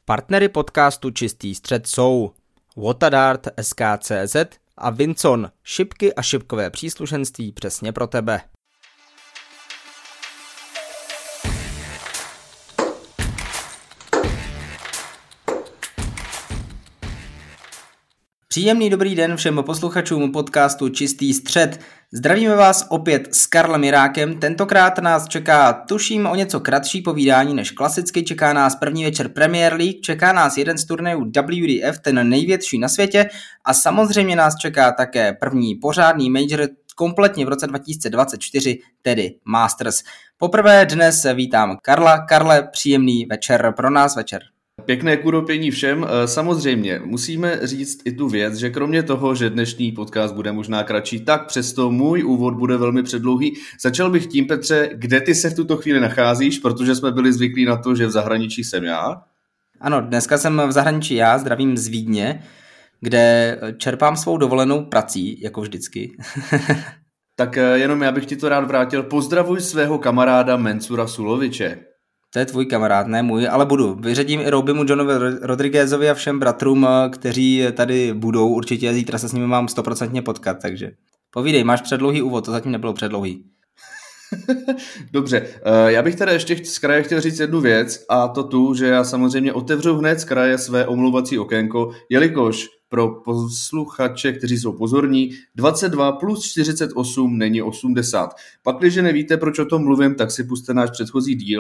Partnery podcastu Čistý střed jsou Watadart, SK.cz a Vinson, šipky a šipkové příslušenství přesně pro tebe. Příjemný dobrý den všem posluchačům podcastu Čistý střed. Zdravíme vás opět s Karlem Jirákem. Tentokrát nás čeká, tuším, o něco kratší povídání než klasicky. Čeká nás první večer Premier League, čeká nás jeden z turnajů WDF, ten největší na světě, a samozřejmě nás čeká také první pořádný major kompletně v roce 2024, tedy Masters. Poprvé dnes vítám Karla. Karle, příjemný večer pro nás večer. Pěkné kudopění všem. Samozřejmě musíme říct i tu věc, že kromě toho, že dnešní podcast bude možná kratší, tak přesto můj úvod bude velmi předlouhý. Začal bych tím, Petře, kde ty se v tuto chvíli nacházíš, protože jsme byli zvyklí na to, že v zahraničí jsem já. Ano, dneska jsem v zahraničí já, zdravím z Vídně, kde čerpám svou dovolenou prací, jako vždycky. Tak jenom já bych ti to rád vrátil. Pozdravuj svého kamaráda Mensura Suloviče. To je tvůj kamarád, ne můj, ale budu. Vyřadím i Roubimu Johnovi Rodriguezovi a všem bratrům, kteří tady budou. Určitě zítra se s nimi mám 100% potkat, takže povídej, máš předlouhý úvod, to zatím nebylo předlouhý. Dobře, já bych teda ještě z kraje chtěl říct jednu věc, a to tu, že já samozřejmě otevřu hned z kraje své omlouvací okénko, jelikož pro posluchače, kteří jsou pozorní, 22 plus 48 není 80. Pakliže nevíte, proč o tom mluvím, tak si pusťte náš předchozí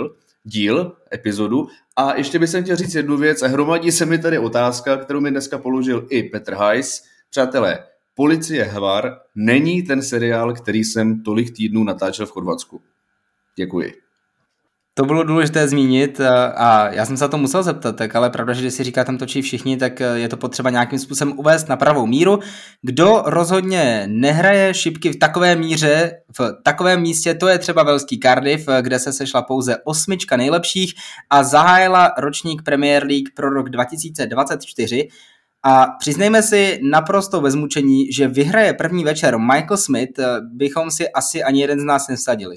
epizodu. A ještě bych chtěl říct jednu věc, a hromadí se mi tady otázka, kterou mi dneska položil i Petr Hajs. Přátelé, Policie Hvar není ten seriál, který jsem tolik týdnů natáčel v Chorvatsku. Děkuji. To bylo důležité zmínit a já jsem se to musel zeptat, tak ale pravda, že když si říká tam točí všichni, tak je to potřeba nějakým způsobem uvést na pravou míru. Kdo rozhodně nehraje šipky v takové míře, v takovém místě, to je třeba velský Cardiff, kde se sešla pouze 8 nejlepších a zahájila ročník Premier League pro rok 2024. A přiznejme si naprosto bez mučení, že vyhraje první večer Michael Smith, bychom si asi ani jeden z nás nevsadili.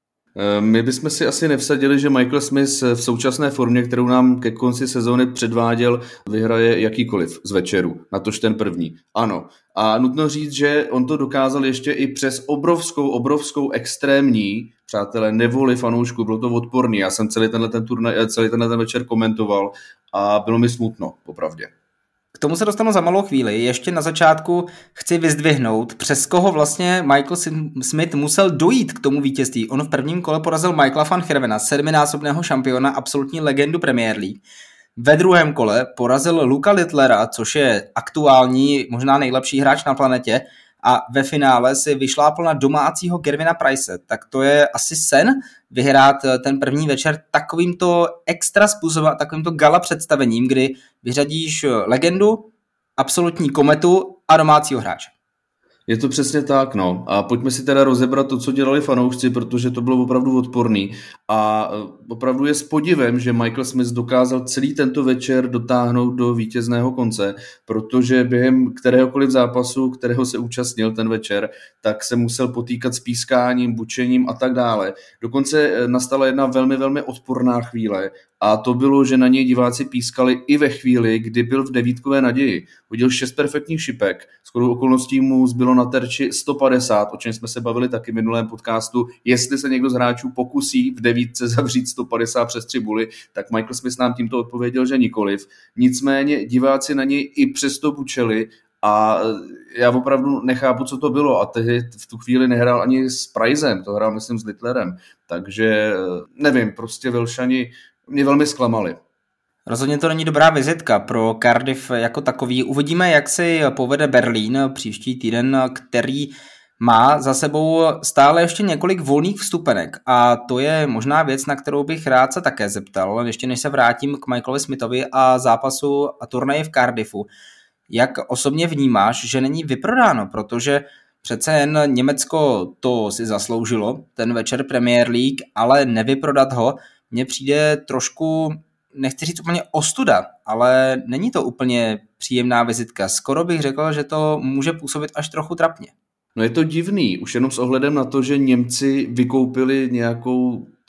My bychom si asi nevsadili, že Michael Smith v současné formě, kterou nám ke konci sezóny předváděl, vyhraje jakýkoliv z večerů, natož ten první. Ano. A nutno říct, že on to dokázal ještě i přes obrovskou extrémní, přátelé, nevoli fanoušku, bylo to odporný. Já jsem celý tenhle večer komentoval a bylo mi smutno, popravdě. K tomu se dostanu za malou chvíli. Ještě na začátku chci vyzdvihnout, přes koho vlastně Michael Smith musel dojít k tomu vítězství. On v prvním kole porazil Michaela van Gerwena, 7násobného šampiona, absolutní legendu Premier League. Ve druhém kole porazil Luka Littlera, což je aktuální, možná nejlepší hráč na planetě, a ve finále si vyšlápl na domácího Gerwina Price. Tak to je asi sen vyhrát ten první večer takovýmto extra způsobem, takovýmto gala představením, kdy vyřadíš legendu, absolutní kometu a domácího hráče. Je to přesně tak, no. A pojďme si teda rozebrat to, co dělali fanoušci, protože to bylo opravdu odporný. A opravdu je s podivem, že Michael Smith dokázal celý tento večer dotáhnout do vítězného konce, protože během kteréhokoliv zápasu, kterého se účastnil ten večer, tak se musel potýkat s pískáním, bučením a tak dále. Dokonce nastala jedna velmi, velmi odporná chvíle, a to bylo, že na něj diváci pískali i ve chvíli, kdy byl v devítkové naději. Hodil 6 perfektních šipek, shodou okolností mu zbylo na terči 150, o čem jsme se bavili taky v minulém podcastu. Jestli se někdo z hráčů pokusí v devítce zavřít 150 přes 3 buly, tak Michael Smith nám tímto odpověděl, že nikoliv. Nicméně diváci na něj i přesto bučeli a já opravdu nechápu, co to bylo, a tehdy v tu chvíli nehrál ani s Pricem, to hrál myslím s Littlerem, takže nevím, prostě Velšani mě velmi zklamali. Rozhodně to není dobrá vizitka pro Cardiff jako takový. Uvidíme, jak si povede Berlín příští týden, který má za sebou stále ještě několik volných vstupenek. A to je možná věc, na kterou bych rád se také zeptal, ještě než se vrátím k Michaelovi Smithovi a zápasu a turnaji v Cardiffu. Jak osobně vnímáš, že není vyprodáno, protože přece jen Německo to si zasloužilo, ten večer Premier League, ale nevyprodat ho mně přijde trošku, nechci říct úplně ostuda, ale není to úplně příjemná vizitka. Skoro bych řekl, že to může působit až trochu trapně. No je to divný, už jenom s ohledem na to, že Němci vykoupili nějakou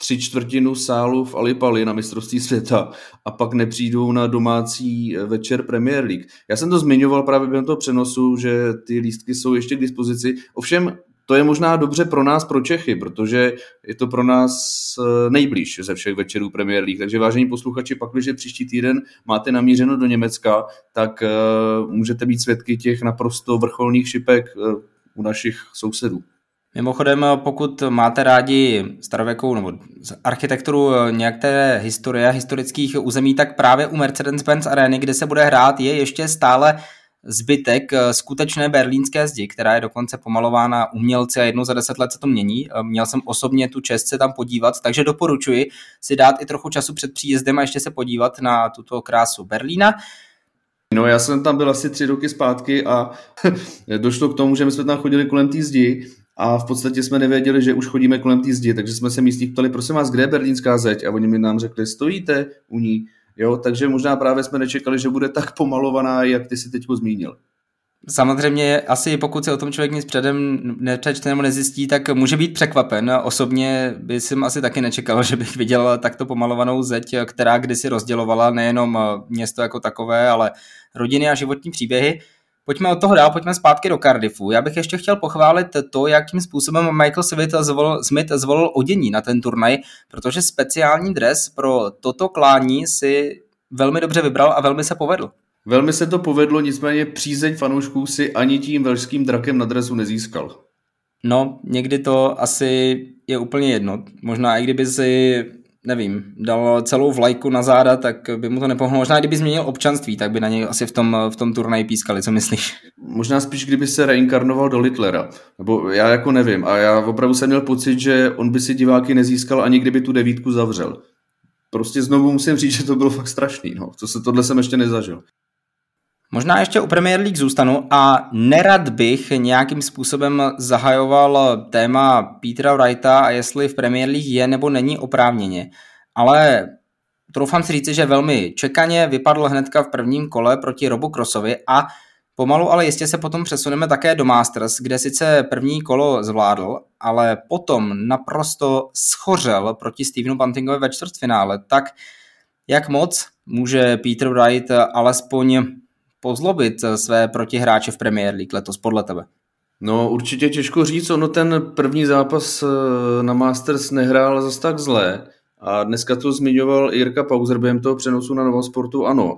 3/4 sálu v Alipali na mistrovství světa a pak nepřijdou na domácí večer Premier League. Já jsem to zmiňoval právě během toho přenosu, že ty lístky jsou ještě k dispozici. Ovšem, to je možná dobře pro nás, pro Čechy, protože je to pro nás nejblíž ze všech večerů Premier League. Takže vážení posluchači, pak, když příští týden máte namířeno do Německa, tak můžete být svědky těch naprosto vrcholných šipek u našich sousedů. Mimochodem, pokud máte rádi starověkou nebo architekturu nějaké historie, historických území, tak právě u Mercedes-Benz arény, kde se bude hrát, je ještě stále zbytek skutečné berlínské zdi, která je dokonce pomalována umělci a jednou za 10 let se to mění. Měl jsem osobně tu čest se tam podívat, takže doporučuji si dát i trochu času před příjezdem a ještě se podívat na tuto krásu Berlína. No, já jsem tam byl asi 3 roky zpátky a došlo k tomu, že my jsme tam chodili kolem té zdi a v podstatě jsme nevěděli, že už chodíme kolem té zdi, takže jsme se místních ptali, prosím vás, kde je berlínská zeď? A oni mi nám řekli, stojíte u ní. Jo, takže možná právě jsme nečekali, že bude tak pomalovaná, jak ty si teďko zmínil. Samozřejmě asi pokud se o tom člověk nic předem nepřečte nebo nezjistí, tak může být překvapen. Osobně by jsem asi taky nečekal, že bych viděl takto pomalovanou zeď, která kdysi rozdělovala nejenom město jako takové, ale rodiny a životní příběhy. Pojďme od toho dál, pojďme zpátky do Cardiffu. Já bych ještě chtěl pochválit to, jakým způsobem Michael Smith zvolil odění na ten turnaj, protože speciální dres pro toto klání si velmi dobře vybral a velmi se povedl. Velmi se to povedlo, nicméně přízeň fanoušků si ani tím velšským drakem na dresu nezískal. No, někdy to asi je úplně jedno. Možná i kdyby si, nevím, dal celou vlajku na záda, tak by mu to nepohnulo. Možná kdyby změnil občanství, tak by na něj asi v tom turnaji pískali, co myslíš? Možná spíš, kdyby se reinkarnoval do Littlera. Nebo já jako nevím. A já opravdu jsem měl pocit, že on by si diváky nezískal, ani kdyby tu 9 zavřel. Prostě znovu musím říct, že to bylo fakt strašný. No. Tohle jsem ještě nezažil. Možná ještě u Premier League zůstanu a nerad bych nějakým způsobem zahajoval téma Petera Wrighta a jestli v Premier League je nebo není oprávněně, ale troufám si říci, že velmi čekaně vypadl hnedka v prvním kole proti Robu Crossovi a pomalu ale jistě se potom přesuneme také do Masters, kde sice první kolo zvládl, ale potom naprosto schořel proti Stevenu Buntingovi ve čtvrtfinále. Tak jak moc může Peter Wright alespoň pozlobit své protihráče v Premier League letos podle tebe? No určitě těžko říct, ono ten první zápas na Masters nehrál zase tak zlé a dneska to zmiňoval Jirka Pauser během toho přenosu na Nova Sportu. Ano,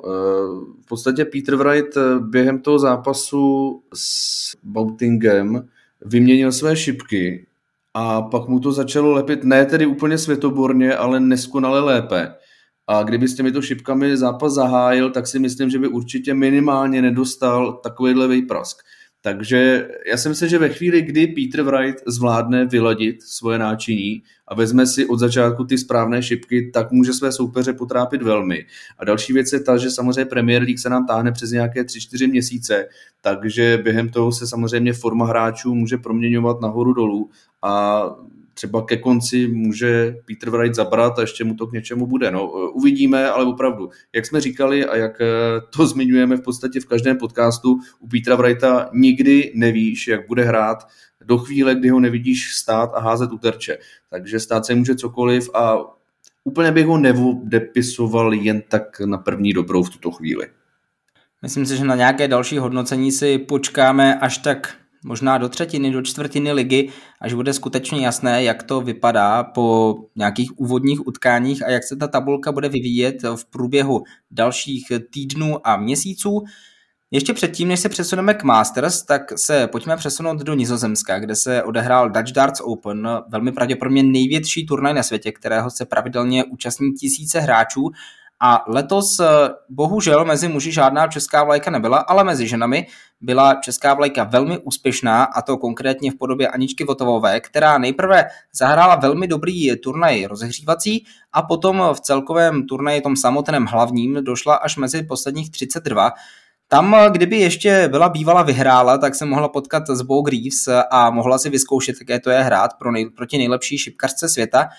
v podstatě Peter Wright během toho zápasu s Buntingem vyměnil své šipky a pak mu to začalo lepit ne tedy úplně světoborně, ale neskonale lépe. A kdyby s těmito šipkami zápas zahájil, tak si myslím, že by určitě minimálně nedostal takovýhle vejprask. Takže já si myslím, že ve chvíli, kdy Peter Wright zvládne vyladit svoje náčiní a vezme si od začátku ty správné šipky, tak může své soupeře potrápit velmi. A další věc je ta, že samozřejmě Premier League se nám táhne přes nějaké 3-4 měsíce, takže během toho se samozřejmě forma hráčů může proměňovat nahoru dolů a třeba ke konci může Peter Wright zabrat a ještě mu to k něčemu bude. No, uvidíme, ale opravdu, jak jsme říkali a jak to zmiňujeme v podstatě v každém podcastu, u Petera Wrighta nikdy nevíš, jak bude hrát do chvíle, kdy ho nevidíš stát a házet u terče. Takže stát se může cokoliv a úplně bych ho neodepisoval jen tak na první dobrou v tuto chvíli. Myslím si, že na nějaké další hodnocení si počkáme až tak možná do třetiny, do čtvrtiny ligy, až bude skutečně jasné, jak to vypadá po nějakých úvodních utkáních a jak se ta tabulka bude vyvíjet v průběhu dalších týdnů a měsíců. Ještě předtím, než se přesuneme k Masters, tak se pojďme přesunout do Nizozemska, kde se odehrál Dutch Darts Open, velmi pravděpodobně největší turnaj na světě, kterého se pravidelně účastní tisíce hráčů. A letos bohužel mezi muži žádná česká vlajka nebyla, ale mezi ženami byla česká vlajka velmi úspěšná, a to konkrétně v podobě Aničky Votovové, která nejprve zahrála velmi dobrý turnaj rozehřívací a potom v celkovém turnaji, tom samotném hlavním, došla až mezi posledních 32. Tam, kdyby ještě byla bývala vyhrála, tak se mohla potkat s Bo Greaves a mohla si vyzkoušet, jaké to je hrát proti nejlepší šipkařce světa.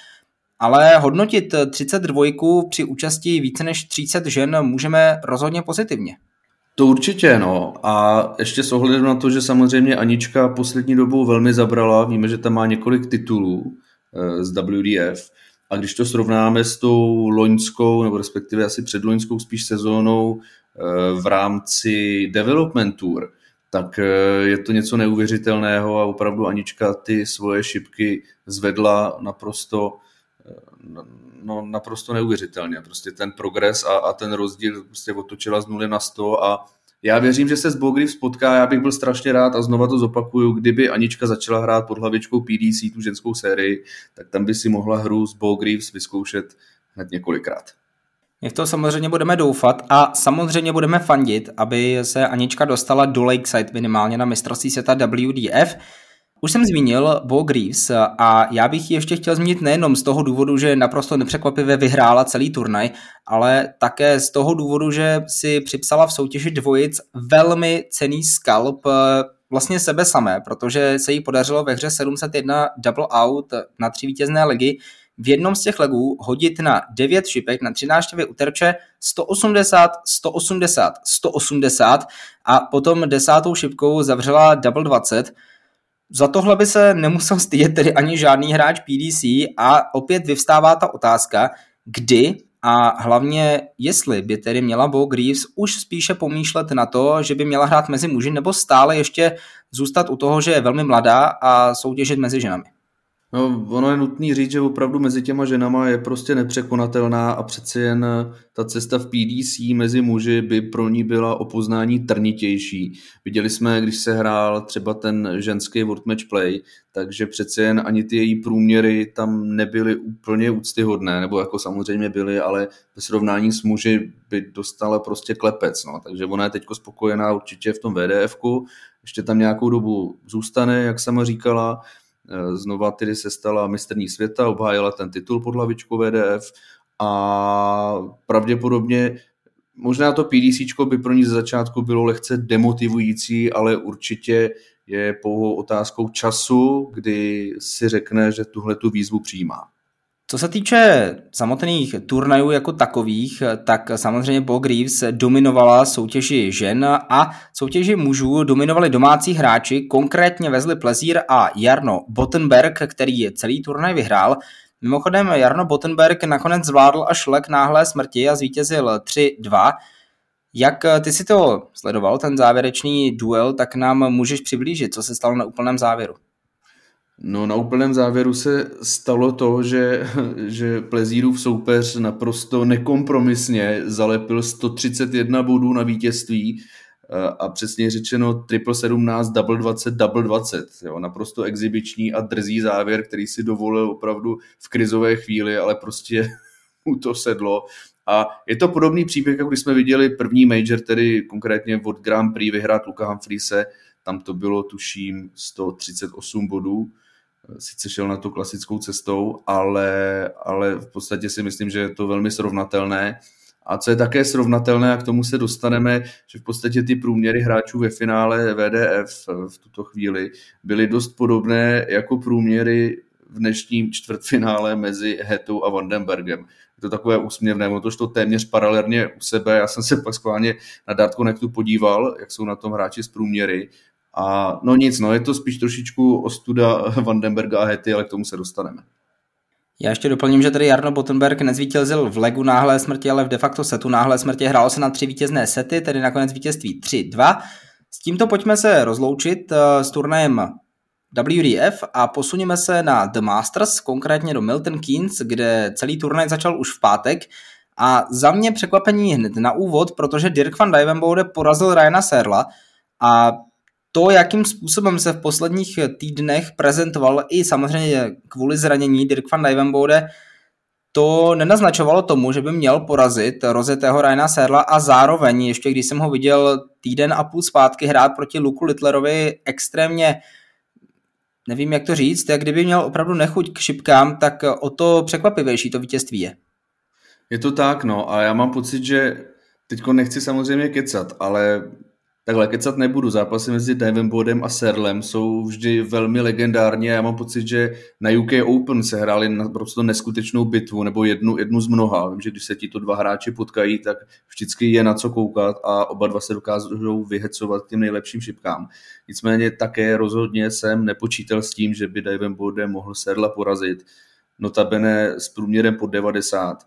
Ale hodnotit 32 při účasti více než 30 žen můžeme rozhodně pozitivně. To určitě, no. A ještě s ohledem na to, že samozřejmě Anička poslední dobou velmi zabrala, víme, že tam má několik titulů z WDF, A když to srovnáme s tou loňskou, nebo respektive asi předloňskou spíš sezónou v rámci Development Tour, tak je to něco neuvěřitelného a opravdu Anička ty svoje šipky zvedla naprosto neuvěřitelně. Prostě ten progres a ten rozdíl prostě otočila z 0 na 100 a já věřím, že se s Bogreaves potká, já bych byl strašně rád a znova to zopakuju, kdyby Anička začala hrát pod hlavičkou PDC tu ženskou sérii, tak tam by si mohla hru s Bogreaves vyzkoušet hned několikrát. My v to samozřejmě budeme doufat a samozřejmě budeme fandit, aby se Anička dostala do Lakeside minimálně na mistrovství světa WDF. Už jsem zmínil Bogreaves a já bych ji ještě chtěl zmínit nejenom z toho důvodu, že naprosto nepřekvapivě vyhrála celý turnaj, ale také z toho důvodu, že si připsala v soutěži dvojic velmi cenný skalp vlastně sebe samé, protože se jí podařilo ve hře 701 double out na 3 vítězné ligy v jednom z těch legů hodit na 9 šipek na 3 návštěvy u terče 180, 180, 180 a potom 10. šipkou zavřela double 20. Za tohle by se nemusel stydět tedy ani žádný hráč PDC a opět vyvstává ta otázka, kdy a hlavně jestli by tedy měla Bogreaves už spíše pomýšlet na to, že by měla hrát mezi muži nebo stále ještě zůstat u toho, že je velmi mladá a soutěžit mezi ženami. No, ono je nutný říct, že opravdu mezi těma ženama je prostě nepřekonatelná a přeci jen ta cesta v PDC mezi muži by pro ní byla o poznání trnitější. Viděli jsme, když se hrál třeba ten ženský World Match Play, takže přeci jen ani ty její průměry tam nebyly úplně úctyhodné, nebo jako samozřejmě byly, ale ve srovnání s muži by dostala prostě klepec. No. Takže ona je teďko spokojená určitě v tom VDFku, ještě tam nějakou dobu zůstane, jak sama říkala. Znova tedy se stala mistryní světa, obhájila ten titul pod hlavičkou VDF a pravděpodobně možná to PDCčko by pro ní ze začátku bylo lehce demotivující, ale určitě je pouhou otázkou času, kdy si řekne, že tuhletu výzvu přijímá. Co se týče samotných turnajů jako takových, tak samozřejmě Bogreaves dominovala soutěži žen a soutěži mužů dominovali domácí hráči, konkrétně Wesley Plezír a Jarno Bottenberg, který celý turnaj vyhrál. Mimochodem Jarno Bottenberg nakonec zvládl až lek náhlé smrti a zvítězil 3-2. Jak ty si to sledoval, ten závěrečný duel, tak nám můžeš přiblížit, co se stalo na úplném závěru. No, na úplném závěru se stalo to, že Plezírův soupeř naprosto nekompromisně zalepil 131 bodů na vítězství a přesně řečeno triple 17, double 20, double 20. Jo, naprosto exibiční a drzý závěr, který si dovolil opravdu v krizové chvíli, ale prostě mu to sedlo. A je to podobný příběh, jako když jsme viděli první major, tedy konkrétně od Grand Prix vyhrát Luka Humphreys, tam to bylo tuším 138 bodů. Sice šel na to klasickou cestou, ale v podstatě si myslím, že je to velmi srovnatelné. A co je také srovnatelné, a k tomu se dostaneme, že v podstatě ty průměry hráčů ve finále VDF v tuto chvíli byly dost podobné jako průměry v dnešním čtvrtfinále mezi Hetou a Vandenbergem. Je to takové úsměvné, ono to šlo téměř paralelně u sebe. Já jsem se pak schválně na Dart Connectu podíval, jak jsou na tom hráči z průměry. A no nic, je to spíš trošičku ostuda Vandenberga a Hety, ale k tomu se dostaneme. Já ještě doplním, že tady Jarno Bottenberg nezvítězil v legu náhlé smrti, ale v de facto setu náhlé smrti. Hrálo se na 3 vítězné sety, tedy nakonec vítězství 3-2. S tímto pojďme se rozloučit s turnajem WDF a posuneme se na The Masters, konkrétně do Milton Keynes, kde celý turnaj začal už v pátek. A za mě překvapení hned na úvod, protože Dirk van Dijvenbode porazil Ryana Searla a to, jakým způsobem se v posledních týdnech prezentoval i samozřejmě kvůli zranění Dirk van Dijvenbode, to nenaznačovalo tomu, že by měl porazit rozjetého Ryana Searla a zároveň, ještě když jsem ho viděl týden a půl zpátky hrát proti Luku Littlerovi extrémně, nevím jak to říct, jak kdyby měl opravdu nechuť k šipkám, tak o to překvapivější to vítězství je. Je to tak, a já mám pocit, že teďko nechci samozřejmě kecat, ale takhle kecat nebudu. Zápasy mezi Dijvenbodem a Searlem jsou vždy velmi legendární a já mám pocit, že na UK Open se hráli naprosto neskutečnou bitvu nebo jednu z mnoha. Vím, že když se tito dva hráči potkají, tak vždycky je na co koukat a oba dva se dokážou vyhecovat k těm nejlepším šipkám. Nicméně také rozhodně jsem nepočítal s tím, že by Dijvenbode mohl Searla porazit. notabene s průměrem pod 90.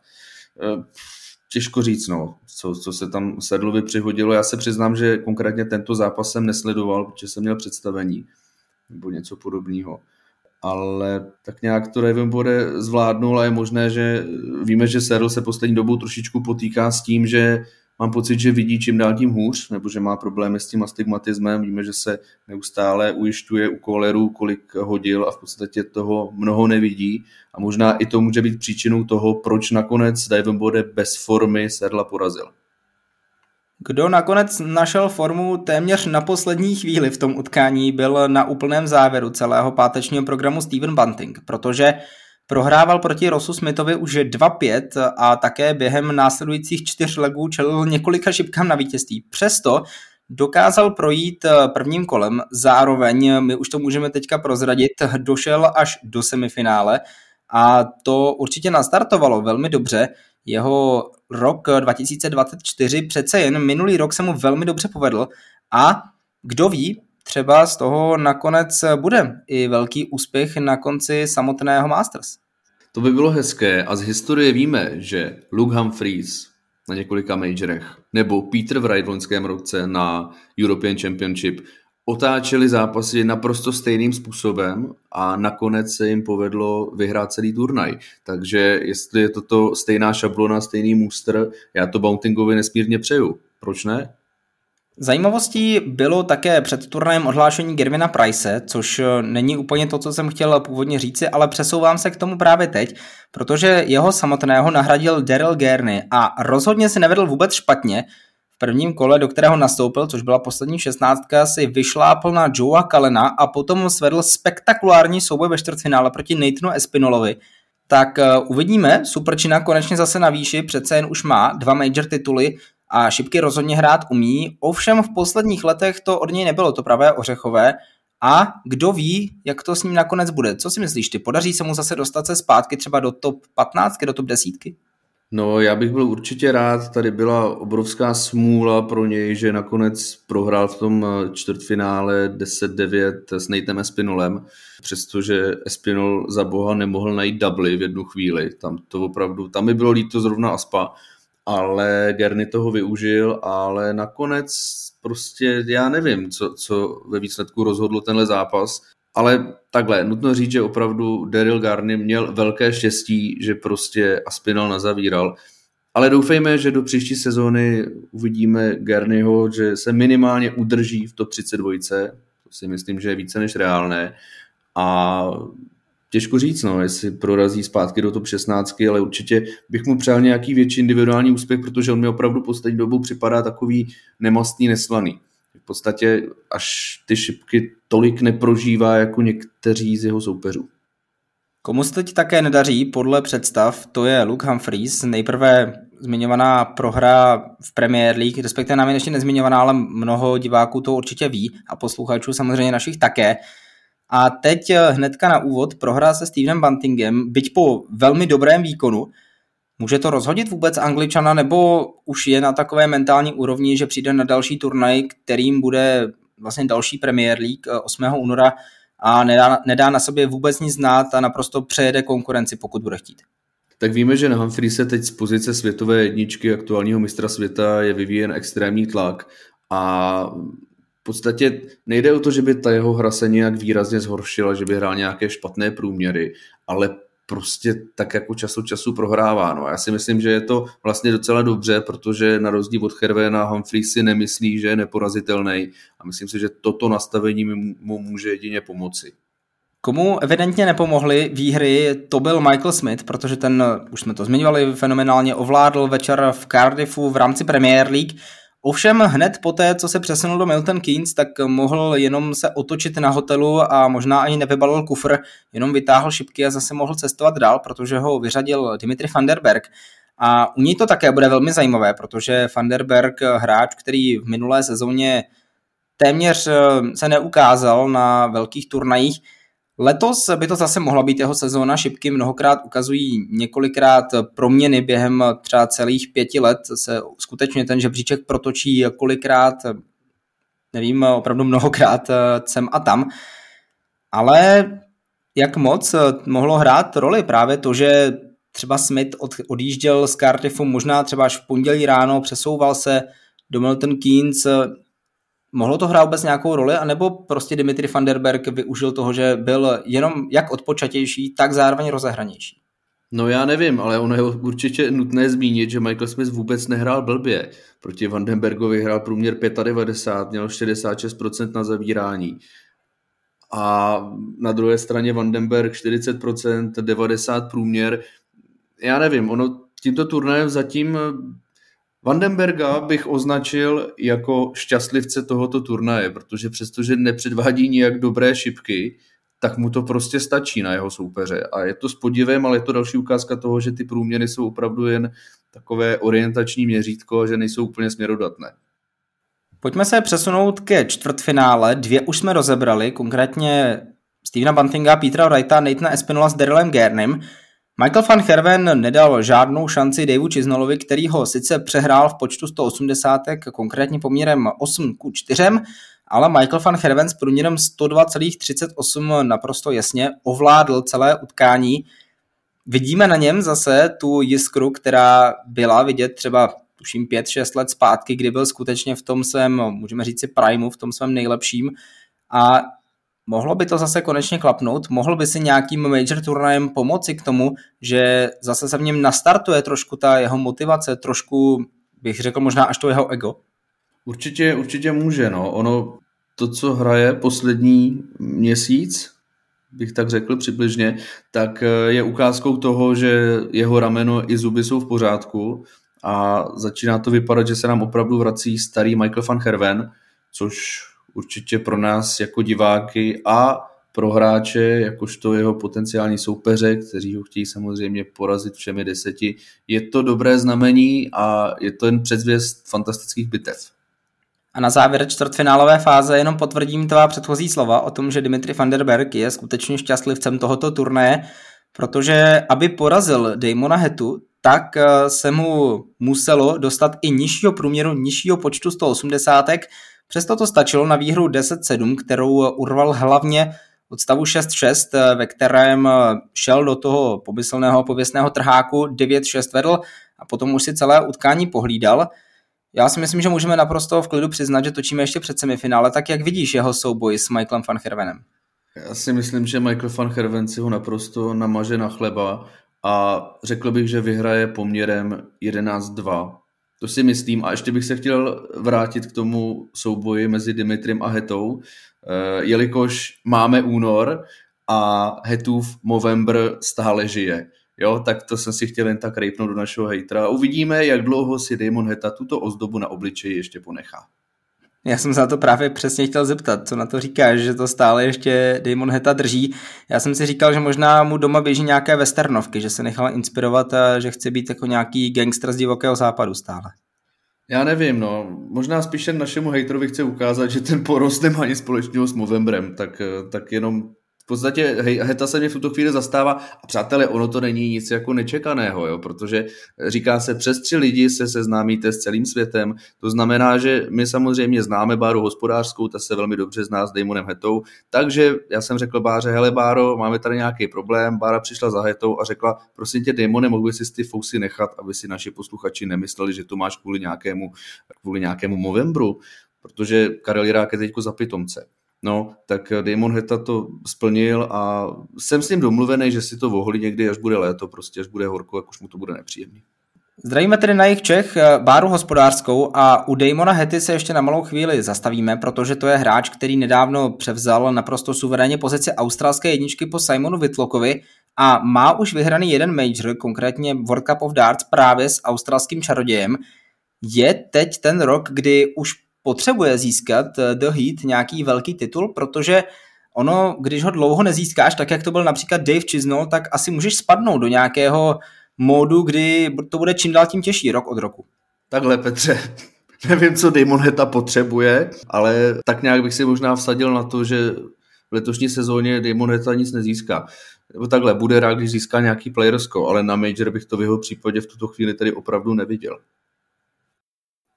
Těžko říct, co se tam Sedlovi přihodilo. Já se přiznám, že konkrétně tento zápas jsem nesledoval, protože jsem měl představení nebo něco podobného. Ale tak nějak to Ravenborough zvládnul a je možné, že víme, že Saddle se poslední dobou trošičku potýká s tím, že mám pocit, že vidí čím dál tím hůř, nebo že má problémy s tím astigmatismem. Víme, že se neustále ujišťuje u Collerů, kolik hodil a v podstatě toho mnoho nevidí. A možná i to může být příčinou toho, proč nakonec Ravenborough bez formy Saddla porazil. Kdo nakonec našel formu téměř na poslední chvíli v tom utkání, byl na úplném závěru celého pátečního programu Stephen Bunting, protože prohrával proti Rossu Smithovi už 2-5 a také během následujících 4 legů čelil několika šipkám na vítězství. Přesto dokázal projít prvním kolem, zároveň, my už to můžeme teďka prozradit, došel až do semifinále a to určitě nastartovalo velmi dobře. Jeho rok 2024 přece jen minulý rok se mu velmi dobře povedl a kdo ví, třeba z toho nakonec bude i velký úspěch na konci samotného Masters. To by bylo hezké a z historie víme, že Luke Humphries na několika majorech nebo Peter Wright v loňském roce na European Championship otáčeli zápasy naprosto stejným způsobem a nakonec se jim povedlo vyhrát celý turnaj. Takže jestli je toto stejná šablona, stejný muster, já to Buntingovi nesmírně přeju. Proč ne? Zajímavostí bylo také před turnajem odhlášení Gervina Price, což není úplně to, co jsem chtěl původně říci, ale přesouvám se k tomu právě teď, protože jeho samotného nahradil Daryl Gurney a rozhodně si nevedl vůbec špatně. V prvním kole, do kterého nastoupil, což byla poslední 16, si vyšlápl na Joea Callena a potom svedl spektakulární souboj ve čtvrtfinále proti Nathanu Espinalovi. Tak uvidíme, Superčina konečně zase na výši, přece jen už má 2 major tituly a šipky rozhodně hrát umí, ovšem v posledních letech to od něj nebylo to pravé ořechové a kdo ví, jak to s ním nakonec bude. Co si myslíš ty? Podaří se mu zase dostat se zpátky třeba do top 15, do top 10? No, já bych byl určitě rád, tady byla obrovská smůla pro něj, že nakonec prohrál v tom čtvrtfinále 10-9 s Nathanem Espinolem, přestože Espinol za boha nemohl najít doubly v jednu chvíli, tam mi bylo líto zrovna Aspa, ale Gurney toho využil, ale nakonec prostě já nevím, co ve výsledku rozhodlo tenhle zápas, ale takhle, nutno říct, že opravdu Daryl Gurney měl velké štěstí, že prostě Aspinall nazavíral, ale doufejme, že do příští sezóny uvidíme Gurneyho, že se minimálně udrží v top 32, to si myslím, že je více než reálné a těžko říct, jestli prorazí zpátky do top 16, ale určitě bych mu přál nějaký větší individuální úspěch, protože on mi opravdu poslední dobou připadá takový nemastný, neslaný. V podstatě až ty šipky tolik neprožívá jako někteří z jeho soupeřů. Komu se teď také nedaří podle představ, to je Luke Humphries, nejprve zmiňovaná prohra v Premier League, respektive námi ještě nezmiňovaná, ale mnoho diváků to určitě ví a posluchačů samozřejmě našich také. A teď hnedka na úvod prohra se Stevenem Buntingem, byť po velmi dobrém výkonu. Může to rozhodit vůbec Angličana, nebo už je na takové mentální úrovni, že přijde na další turnaj, kterým bude vlastně další Premier League 8. února a nedá na sobě vůbec nic znát a naprosto přejede konkurenci, pokud bude chtít? Tak víme, že na Humphriese teď z pozice světové jedničky aktuálního mistra světa je vyvíjen extrémní tlak a v podstatě nejde o to, že by ta jeho hra se nějak výrazně zhoršila, že by hrál nějaké špatné průměry, ale prostě tak jako čas od času prohrává. No. Já si myslím, že je to vlastně docela dobře, protože na rozdíl od Hervéna Humphries si nemyslí, že je neporazitelný a myslím si, že toto nastavení mu může jedině pomoci. Komu evidentně nepomohly výhry, to byl Michael Smith, protože ten, už jsme to zmiňovali, fenomenálně ovládl večer v Cardiffu v rámci Premier League. Ovšem hned poté, co se přesunul do Milton Keynes, tak mohl jenom se otočit na hotelu a možná ani nevybalil kufr, jenom vytáhl šipky a zase mohl cestovat dál, protože ho vyřadil Dimitri van der Berg. A u něj to také bude velmi zajímavé, protože van der Berg, hráč, který v minulé sezóně téměř se neukázal na velkých turnajích, letos by to zase mohla být jeho sezóna, šipky mnohokrát ukazují několikrát proměny během třeba celých 5 let, se skutečně ten žebříček protočí kolikrát, nevím, opravdu mnohokrát sem a tam, ale jak moc mohlo hrát roli právě to, že třeba Smith odjížděl z Cardiffu možná třeba až v pondělí ráno, přesouval se do Milton Keynes. Mohlo to hrát vůbec nějakou roli, anebo prostě Dimitri van der Berg využil toho, že byl jenom jak odpočatější, tak zároveň rozehranější? No já nevím, ale ono je určitě nutné zmínit, že Michael Smith vůbec nehrál blbě. Proti Vandenbergovi hrál průměr 95, měl 66% na zavírání. A na druhé straně Vandenberg 40%, 90 průměr. Já nevím, ono tímto turnajem zatím Vandenberga bych označil jako šťastlivce tohoto turnaje, protože přestože nepředvádí nijak dobré šipky, tak mu to prostě stačí na jeho soupeře. A je to s podivem, ale je to další ukázka toho, že ty průměry jsou opravdu jen takové orientační měřítko, že nejsou úplně směrodatné. Pojďme se přesunout ke čtvrtfinále. 2 už jsme rozebrali, konkrétně Stevena Buntinga, Petera Wrighta, Nathana Espinola s Darylem Gernem. Michael van Gerwen nedal žádnou šanci Daveu Chisnallovi, který ho sice přehrál v počtu 180, konkrétně poměrem 8-4, ale Michael van Gerwen s průměrem 102,38 naprosto jasně ovládl celé utkání. Vidíme na něm zase tu jiskru, která byla vidět třeba tuším 5-6 let zpátky, kdy byl skutečně v tom svém, můžeme říct si primeu, v tom svém nejlepším, a mohlo by to zase konečně klapnout, mohl by si nějakým major turnajem pomoci k tomu, že zase se v něm nastartuje trošku ta jeho motivace, trošku bych řekl možná až to jeho ego? Určitě může, no. Ono, to, co hraje poslední měsíc, bych tak řekl přibližně, tak je ukázkou toho, že jeho rameno i zuby jsou v pořádku a začíná to vypadat, že se nám opravdu vrací starý Michael van Gerwen, což určitě pro nás jako diváky a pro hráče, jakožto jeho potenciální soupeře, kteří ho chtějí samozřejmě porazit všemi 10, je to dobré znamení a je to jen předzvěst fantastických bitev. A na závěr čtvrtfinálové fáze jenom potvrdím tvá předchozí slova o tom, že Dimitri van der Berg je skutečně šťastlivcem tohoto turnaje, protože aby porazil Damona Hettu, tak se mu muselo dostat i nižšího průměru, nižšího počtu 180. Přesto to stačilo na výhru 10-7, kterou urval hlavně od stavu 6-6, ve kterém šel do toho pomyslného pověstného trháku, 9-6 vedl a potom už si celé utkání pohlídal. Já si myslím, že můžeme naprosto v klidu přiznat, že točíme ještě před semifinále, tak jak vidíš jeho souboj s Michaelem van Gerwenem? Já si myslím, že Michael van Gerwen si ho naprosto namaže na chleba a řekl bych, že vyhraje poměrem 11-2. To si myslím a ještě bych se chtěl vrátit k tomu souboji mezi Dimitrem a Hettou, jelikož máme únor a Hettův Movember stále žije. Jo, tak to jsem si chtěl jen tak rejpnout do našeho hejtra. Uvidíme, jak dlouho si Damon Hetta tuto ozdobu na obličeji ještě ponechá. Já jsem se na to právě přesně chtěl zeptat, co na to říkáš, že to stále ještě Damon Hetta drží. Já jsem si říkal, že možná mu doma běží nějaké westernovky, že se nechal inspirovat a že chce být jako nějaký gangster z divokého západu stále. Já nevím, no. Možná spíše našemu hejtrovi chce ukázat, že ten porost nemá nic společného s Movembrem, tak jenom v podstatě Hetta se mě v tuto chvíli zastává a přátelé, ono to není nic jako nečekaného, jo, protože říká se, přes 3 lidi se seznámíte s celým světem, to znamená, že my samozřejmě známe Báru Hospodářskou, ta se velmi dobře zná s Damonem Hettou, takže já jsem řekl Báře, hele Báro, máme tady nějaký problém, Bára přišla za Hettou a řekla, prosím tě Damone, mohl by si ty fousy nechat, aby si naši posluchači nemysleli, že to máš kvůli nějakému Movembru, protože Karel Jirák je teďko za pitomce. No, tak Damon Hetta to splnil a jsem s ním domluvený, že si to voholí někdy, až bude léto, prostě až bude horko, jak už mu to bude nepříjemný. Zdravíme tedy na jih Čech Báru Hospodářskou a u Damona Hetty se ještě na malou chvíli zastavíme, protože to je hráč, který nedávno převzal naprosto suverénně pozici australské jedničky po Simonu Whitlockovi a má už vyhraný jeden major, konkrétně World Cup of Darts právě s australským čarodějem. Je teď ten rok, kdy už potřebuje získat The Heat nějaký velký titul, protože ono, když ho dlouho nezískáš, tak jak to byl například Dave Chisnall, tak asi můžeš spadnout do nějakého módu, kdy to bude čím dál tím těžší rok od roku. Takhle, Petře, nevím, co Damon Hetta potřebuje, ale tak nějak bych si možná vsadil na to, že v letošní sezóně Damon Hetta nic nezíská. Nebo takhle, bude rád, když získá nějaký playersko, ale na major bych to v jeho případě v tuto chvíli tedy opravdu neviděl.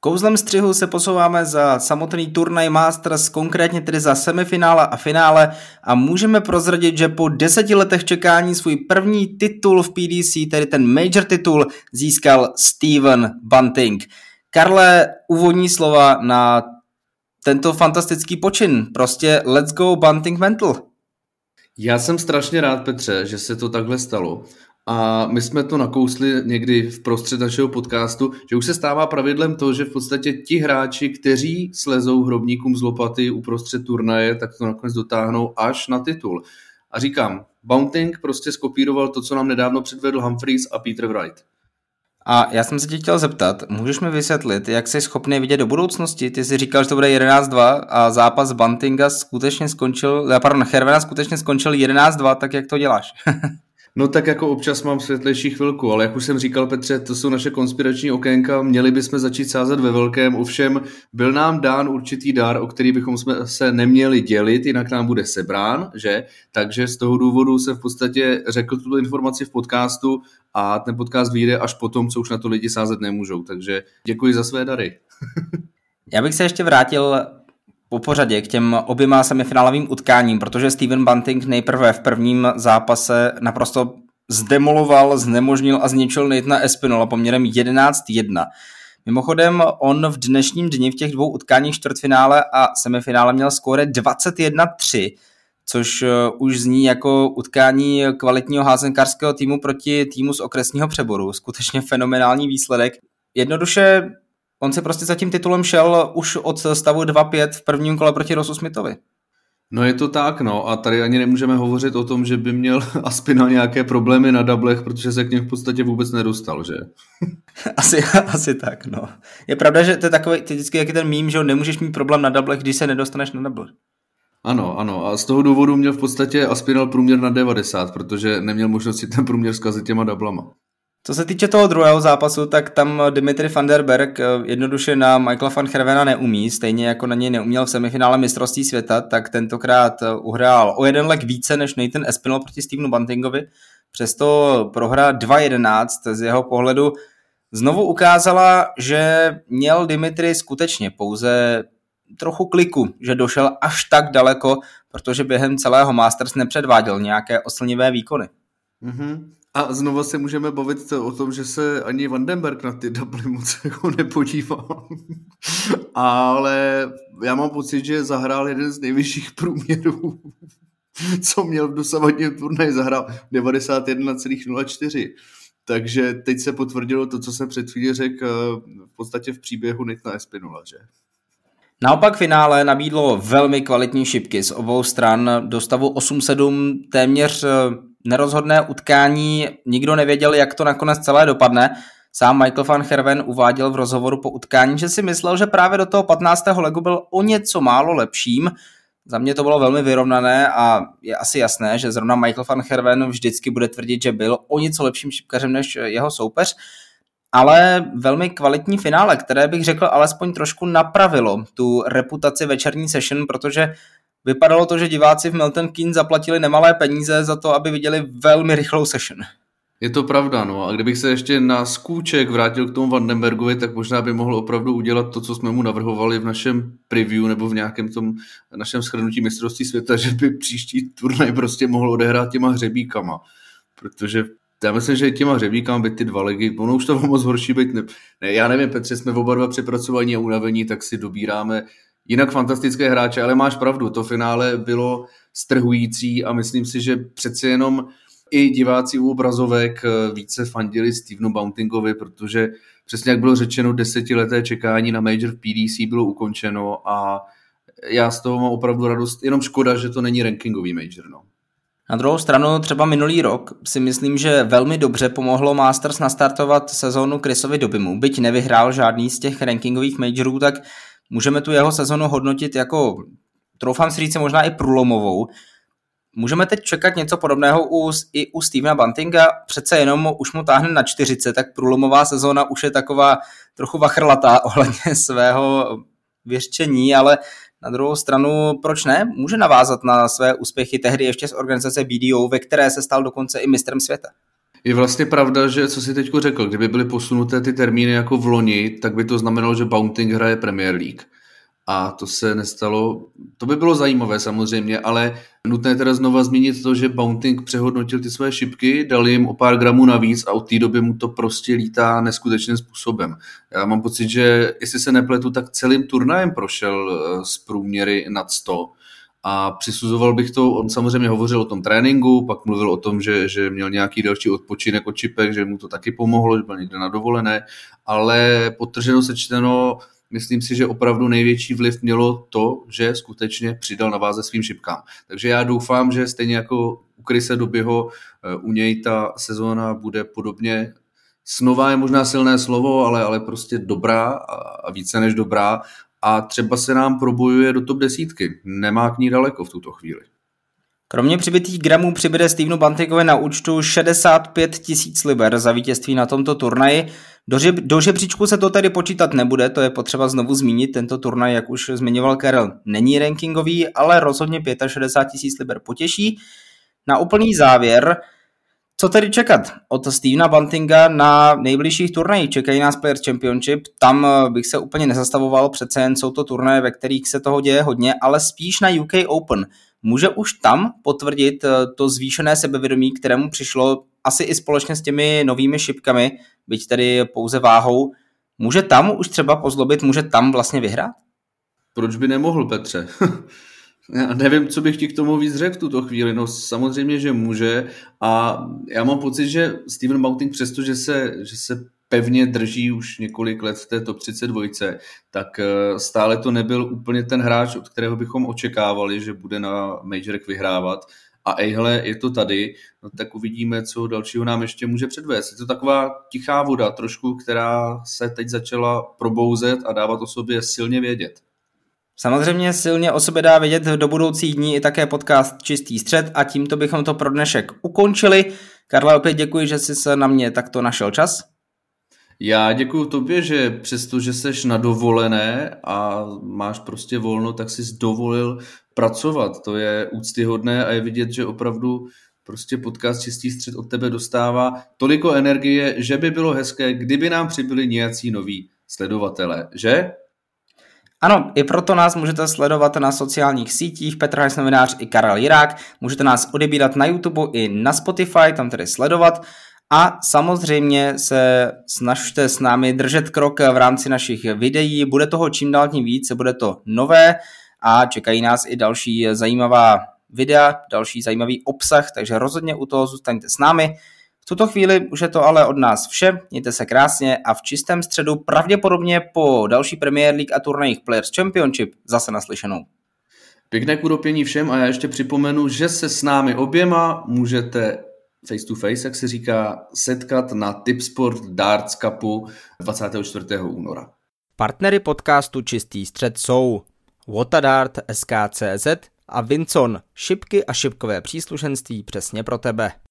Kouzlem střihu se posouváme za samotný turnaj Masters, konkrétně tedy za semifinále a finále a můžeme prozradit, že po 10 letech čekání svůj první titul v PDC, tedy ten major titul, získal Steven Bunting. Karle, úvodní slova na tento fantastický počin, prostě let's go Bunting mental. Já jsem strašně rád, Petře, že se to takhle stalo. A my jsme to nakousli někdy v prostřed našeho podcastu, že už se stává pravidlem to, že v podstatě ti hráči, kteří slezou hrobníkům z lopaty uprostřed turnaje, tak to nakonec dotáhnou až na titul. A říkám, Bunting prostě skopíroval to, co nám nedávno předvedl Humphries a Peter Wright. A já jsem se tě chtěl zeptat, můžeš mi vysvětlit, jak jsi schopný vidět do budoucnosti? Ty jsi říkal, že to bude 11-2 a zápas Buntinga skutečně skončil, Hervena skutečně skončil 11-2, tak jak to děláš? No tak jako občas mám světlejší chvilku, ale jak už jsem říkal, Petře, to jsou naše konspirační okénka, měli bychom začít sázet ve velkém, ovšem byl nám dán určitý dar, o který bychom se neměli dělit, jinak nám bude sebrán, že? Takže z toho důvodu jsem v podstatě řekl tuto informaci v podcastu a ten podcast vyjde až potom, co už na to lidi sázet nemůžou, takže děkuji za své dary. Já bych se ještě vrátil po pořadě k těm oběma semifinálovým utkáním, protože Steven Bunting nejprve v prvním zápase naprosto zdemoloval, znemožnil a zničil Nathana Espinola poměrem 11-1. Mimochodem on v dnešním dni v těch dvou utkáních čtvrtfinále a semifinále měl skóre 21-3, což už zní jako utkání kvalitního házenkářského týmu proti týmu z okresního přeboru. Skutečně fenomenální výsledek. Jednoduše on si prostě za tím titulem šel už od stavu 2-5 v prvním kole proti Rossu Smithovi. No je to tak, no a tady ani nemůžeme hovořit o tom, že by měl Aspinall nějaké problémy na doublech, protože se k něm v podstatě vůbec nedostal, že? asi tak, no. Je pravda, že to je takový, ty vždycky jaký ten mím, že nemůžeš mít problém na doublech, když se nedostaneš na double. Ano, a z toho důvodu měl v podstatě Aspinall průměr na 90, protože neměl možnost si ten průměr zkazit těma doublama. Co se týče toho druhého zápasu, tak tam Dimitri van der Berg jednoduše na Michaela van Hervena neumí, stejně jako na něj neuměl v semifinále mistrovství světa, tak tentokrát uhrál o jeden leg více než Nathan Espinall proti Stevenu Buntingovi. Přesto prohra 2-11 z jeho pohledu znovu ukázala, že měl Dimitri skutečně pouze trochu kliku, že došel až tak daleko, protože během celého Masters nepředváděl nějaké oslnivé výkony. Mhm. A znovu se můžeme bavit o tom, že se ani Vandenberg na ty double moc jako nepodíval. Ale já mám pocit, že zahrál jeden z nejvyšších průměrů, co měl v dosavadním turnaji, zahrál 91,04. Takže teď se potvrdilo to, co jsem před chvíli řekl v podstatě v příběhu Nathana Espinola, že? Naopak finále nabídlo velmi kvalitní šipky z obou stran do stavu 8-7, téměř nerozhodné utkání, nikdo nevěděl, jak to nakonec celé dopadne. Sám Michael van Herven uváděl v rozhovoru po utkání, že si myslel, že právě do toho 15. legu byl o něco málo lepším. Za mě to bylo velmi vyrovnané a je asi jasné, že zrovna Michael van Herven vždycky bude tvrdit, že byl o něco lepším šipkařem než jeho soupeř. Ale velmi kvalitní finále, které bych řekl alespoň trošku napravilo tu reputaci večerní session, protože vypadalo to, že diváci v Milton Keynes zaplatili nemalé peníze za to, aby viděli velmi rychlou session. Je to pravda, no. A kdybych se ještě na skůček vrátil k tomu Vandenbergovi, tak možná by mohl opravdu udělat to, co jsme mu navrhovali v našem preview nebo v nějakém tom našem shrnutí mistrovství světa, že by příští turnaj prostě mohl odehrát těma hřebíkama. Protože já myslím, že těma hřebíkama by ty 2 legy, ono už to moc horší být ne, já nevím, Petře, jsme oba dva přepracovaní a unavení, tak si dobíráme jinak fantastické hráče, ale máš pravdu, to finále bylo strhující a myslím si, že přeci jenom i diváci u obrazovek více fandili Stevenu Buntingovi, protože přesně jak bylo řečeno, 10leté čekání na major v PDC bylo ukončeno a já z toho mám opravdu radost, jenom škoda, že to není rankingový major, no. Na druhou stranu třeba minulý rok si myslím, že velmi dobře pomohlo Masters nastartovat sezónu Chrisovi Dobymu. Byť nevyhrál žádný z těch rankingových majorů, tak můžeme tu jeho sezonu hodnotit jako, troufám si říct, možná i průlomovou. Můžeme teď čekat něco podobného i u Stevena Buntinga, přece jenom už mu táhne na 40, tak průlomová sezóna už je taková trochu vachrlatá ohledně svého věřčení, ale na druhou stranu, proč ne? Může navázat na své úspěchy tehdy ještě z organizace BDO, ve které se stal dokonce i mistrem světa. Je vlastně pravda, že co jsi teďko řekl, kdyby byly posunuté ty termíny jako v loni, tak by to znamenalo, že Bounting hraje Premier League. A to se nestalo. To by bylo zajímavé samozřejmě, ale nutné teda znova zmínit to, že Bounting přehodnotil ty své šipky, dal jim o pár gramů navíc a od té doby mu to prostě lítá neskutečným způsobem. Já mám pocit, že jestli se nepletu, tak celým turnajem prošel z průměry nad 100 a přisuzoval bych to, on samozřejmě hovořil o tom tréninku, pak mluvil o tom, že měl nějaký další odpočinek od šipek, že mu to taky pomohlo, že byl někde na dovolené, ale podtrženo sečteno, myslím si, že opravdu největší vliv mělo to, že skutečně přidal na váze svým šipkám. Takže já doufám, že stejně jako u Chrise Dobyho, u něj ta sezóna bude podobně snová je možná silné slovo, ale prostě dobrá a více než dobrá a třeba se nám probojuje do top 10. Nemá k ní daleko v tuto chvíli. Kromě přibitých gramů přibude Stevenu Buntingovi na účtu 65 000 liber za vítězství na tomto turnaji. Do žebříčku se to tedy počítat nebude, to je potřeba znovu zmínit. Tento turnaj, jak už zmiňoval Karel, není rankingový, ale rozhodně 65 000 liber potěší. Na úplný závěr, co tedy čekat od Stevena Buntinga na nejbližších turnajích? Čekají nás Players Championship, tam bych se úplně nezastavoval, přece jen jsou to turnaje, ve kterých se toho děje hodně, ale spíš na UK Open. Může už tam potvrdit to zvýšené sebevědomí, kterému přišlo asi i společně s těmi novými šipkami, byť tedy pouze váhou. Může tam už třeba pozlobit, může tam vlastně vyhrát? Proč by nemohl, Petře? Já nevím, co bych ti k tomu víc řekl v tuto chvíli. No samozřejmě, že může a já mám pocit, že Steven Bunting přesto, že se pevně drží už několik let v té top 32, tak stále to nebyl úplně ten hráč, od kterého bychom očekávali, že bude na majorech vyhrávat. A ejhle, je to tady, no tak uvidíme, co dalšího nám ještě může předvést. Je to taková tichá voda trošku, která se teď začala probouzet a dávat o sobě silně vědět. Samozřejmě silně o sobě dá vědět do budoucích dní i také podcast Čistý střed a tímto bychom to pro dnešek ukončili. Karle, opět děkuji, že jsi se na mě takto našel čas. Já děkuji tobě, že přestože seš na dovolené a máš prostě volno, tak jsi dovolil pracovat. To je úctyhodné a je vidět, že opravdu prostě podcast Čistý střed od tebe dostává toliko energie, že by bylo hezké, kdyby nám přibyli nějací noví sledovatelé, že? Ano, i proto nás můžete sledovat na sociálních sítích, Petr Hajs novinář i Karel Jirák, můžete nás odebírat na YouTube i na Spotify, tam tedy sledovat a samozřejmě se snažte s námi držet krok v rámci našich videí, bude toho čím dál tím víc, bude to nové a čekají nás i další zajímavá videa, další zajímavý obsah, takže rozhodně u toho zůstaňte s námi. V tuto chvíli už je to ale od nás vše, mějte se krásně a v čistém středu pravděpodobně po další Premier League a turnajích Players Championship zase naslyšenou. Pěkné kudopění všem a já ještě připomenu, že se s námi oběma můžete face to face, jak se říká, setkat na Tipsport Darts Cupu 24. února. Partnery podcastu Čistý střed jsou Watadart SK.CZ a Vincon, šipky a šipkové příslušenství přesně pro tebe.